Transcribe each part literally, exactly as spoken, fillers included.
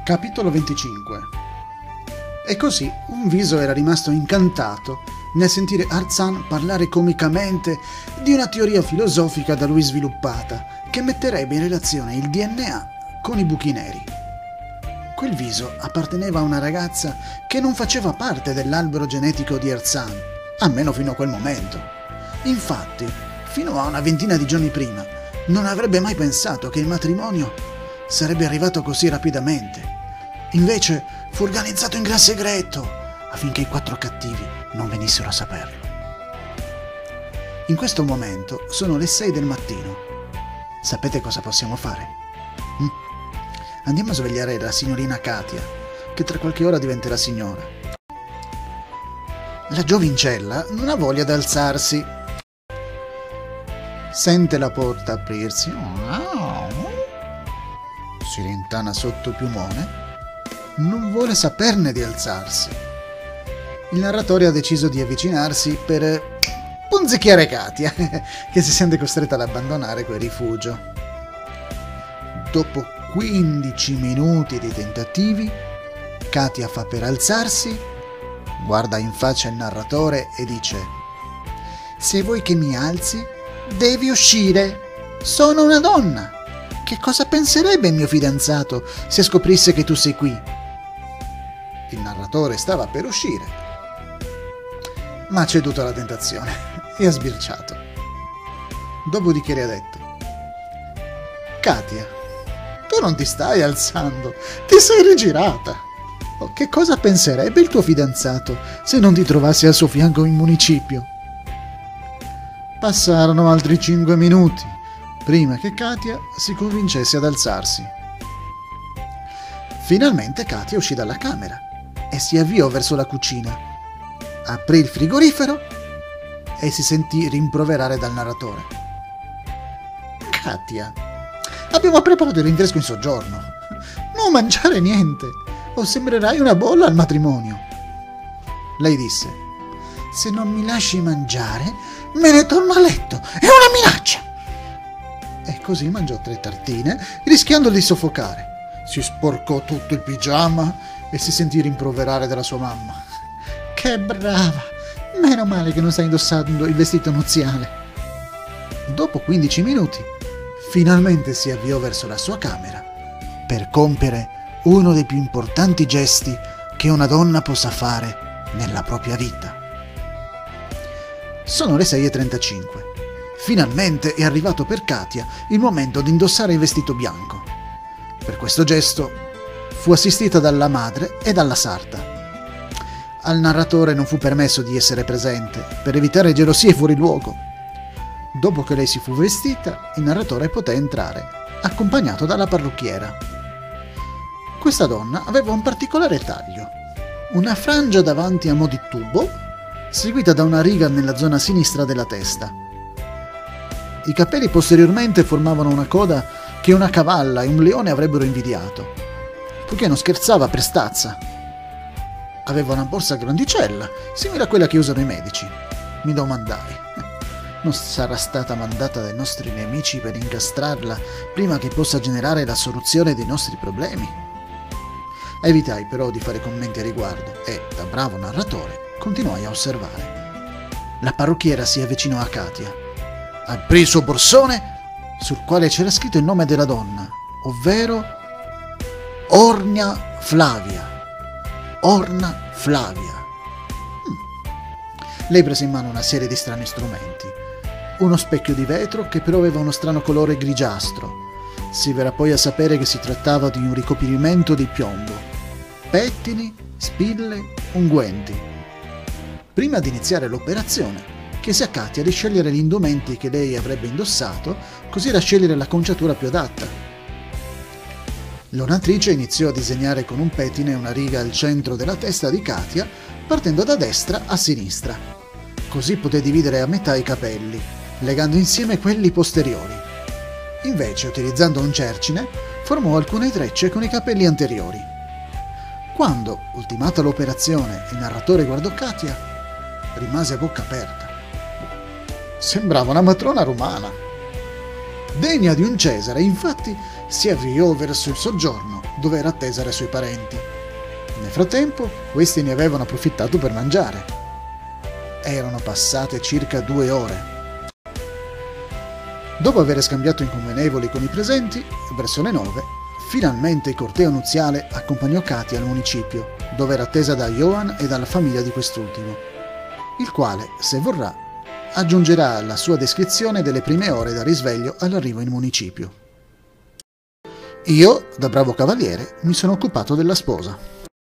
Capitolo venticinque. E così un viso era rimasto incantato nel sentire Arzan parlare comicamente di una teoria filosofica da lui sviluppata che metterebbe in relazione il D N A con i buchi neri. Quel viso apparteneva a una ragazza che non faceva parte dell'albero genetico di Arzan, almeno fino a quel momento. Infatti, fino a una ventina di giorni prima, non avrebbe mai pensato che il matrimonio sarebbe arrivato così rapidamente. Invece fu organizzato in gran segreto affinché i quattro cattivi non venissero a saperlo. In questo momento sono le sei del mattino. Sapete cosa possiamo fare? Hm? Andiamo a svegliare la signorina Katia, che tra qualche ora diventerà signora. La giovincella non ha voglia di alzarsi. Sente la porta aprirsi. Si rintana sotto il piumone. Non vuole saperne di alzarsi. Il narratore ha deciso di avvicinarsi per punzecchiare Katia, che si sente costretta ad abbandonare quel rifugio. Dopo quindici minuti di tentativi, Katia fa per alzarsi, guarda in faccia il narratore e dice: «Se vuoi che mi alzi, devi uscire. Sono una donna. Che cosa penserebbe il mio fidanzato se scoprisse che tu sei qui?» Il narratore stava per uscire, ma ha ceduto alla tentazione e ha sbirciato. Dopodiché le ha detto: «Katia, tu non ti stai alzando, ti sei rigirata. Oh, che cosa penserebbe il tuo fidanzato se non ti trovassi al suo fianco in municipio?» Passarono altri cinque minuti prima che Katia si convincesse ad alzarsi. Finalmente Katia uscì dalla camera e si avviò verso la cucina. Aprì il frigorifero e si sentì rimproverare dal narratore. «Katia, abbiamo preparato il rinfresco in soggiorno. Non mangiare niente, o sembrerai una bolla al matrimonio». Lei disse: «Se non mi lasci mangiare, me ne torno a letto. È una minaccia!» E così mangiò tre tartine, rischiando di soffocare. Si sporcò tutto il pigiama e si sentì rimproverare dalla sua mamma. «Che brava! Meno male che non stai indossando il vestito nuziale». Dopo quindici minuti, finalmente si avviò verso la sua camera per compiere uno dei più importanti gesti che una donna possa fare nella propria vita. Sono le sei e trentacinque. Finalmente è arrivato per Katia il momento di indossare il vestito bianco. Per questo gesto fu assistita dalla madre e dalla sarta. Al narratore non fu permesso di essere presente per evitare gelosie fuori luogo. Dopo che lei si fu vestita, il narratore poté entrare, accompagnato dalla parrucchiera. Questa donna aveva un particolare taglio: una frangia davanti a mo' di tubo, seguita da una riga nella zona sinistra della testa. I capelli posteriormente formavano una coda che una cavalla e un leone avrebbero invidiato, poiché non scherzava per stazza. Aveva una borsa grandicella, simile a quella che usano i medici. Mi domandai: non sarà stata mandata dai nostri nemici per incastrarla prima che possa generare la soluzione dei nostri problemi? Evitai però di fare commenti a riguardo e, da bravo narratore, continuai a osservare. La parrucchiera si avvicinò a Katia, aprì il suo borsone sul quale c'era scritto il nome della donna, ovvero Ornia Flavia. Orna Flavia. Hmm. Lei prese in mano una serie di strani strumenti. Uno specchio di vetro che però aveva uno strano colore grigiastro. Si verrà poi a sapere che si trattava di un ricoprimento di piombo. Pettini, spille, unguenti. Prima di iniziare l'operazione, chiese a Katia di scegliere gli indumenti che lei avrebbe indossato, così da scegliere la conciatura più adatta. L'onatrice iniziò a disegnare con un pettine una riga al centro della testa di Katia, partendo da destra a sinistra. Così poté dividere a metà i capelli, legando insieme quelli posteriori. Invece, utilizzando un cercine, formò alcune trecce con i capelli anteriori. Quando, ultimata l'operazione, il narratore guardò Katia, rimase a bocca aperta. Sembrava una matrona romana. Degna di un Cesare, infatti, si avviò verso il soggiorno dove era attesa dai suoi parenti. Nel frattempo, questi ne avevano approfittato per mangiare. Erano passate circa due ore. Dopo aver scambiato inconvenevoli con i presenti, verso le nove, finalmente il corteo nuziale accompagnò Katia al municipio, dove era attesa da Johan e dalla famiglia di quest'ultimo, il quale, se vorrà, aggiungerà la sua descrizione delle prime ore da risveglio all'arrivo in municipio. Io, da bravo cavaliere, mi sono occupato della sposa.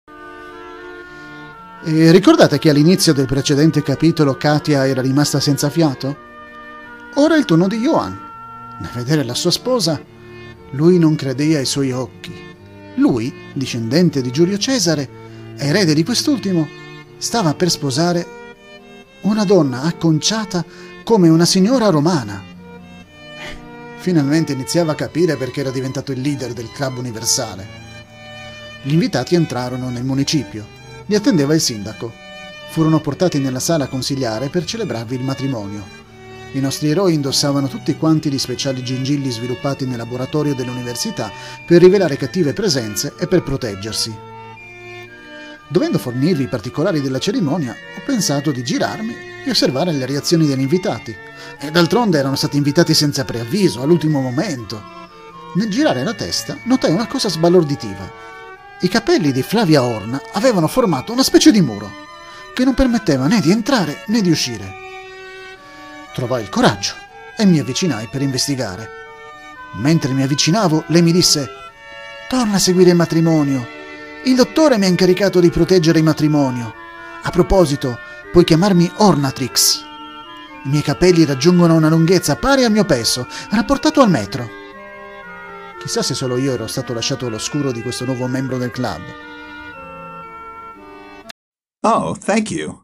E ricordate che all'inizio del precedente capitolo Katia era rimasta senza fiato? Ora è il turno di Johan. Nel vedere la sua sposa, lui non credeva ai suoi occhi. Lui, discendente di Giulio Cesare, erede di quest'ultimo, stava per sposare una donna acconciata come una signora romana. Finalmente iniziava a capire perché era diventato il leader del club universale. Gli invitati entrarono nel municipio. Li attendeva il sindaco. Furono portati nella sala consigliare per celebrarvi il matrimonio. I nostri eroi indossavano tutti quanti gli speciali gingilli sviluppati nel laboratorio dell'università per rivelare cattive presenze e per proteggersi. Dovendo fornirvi i particolari della cerimonia, ho pensato di girarmi e osservare le reazioni degli invitati. E d'altronde erano stati invitati senza preavviso, all'ultimo momento. Nel girare la testa, notai una cosa sbalorditiva. I capelli di Flavia Orna avevano formato una specie di muro, che non permetteva né di entrare né di uscire. Trovai il coraggio e mi avvicinai per investigare. Mentre mi avvicinavo, lei mi disse: «Torna a seguire il matrimonio. Il dottore mi ha incaricato di proteggere il matrimonio. A proposito, puoi chiamarmi Ornatrix. I miei capelli raggiungono una lunghezza pari al mio peso, rapportato al metro». Chissà se solo io ero stato lasciato all'oscuro di questo nuovo membro del club. Oh, thank you.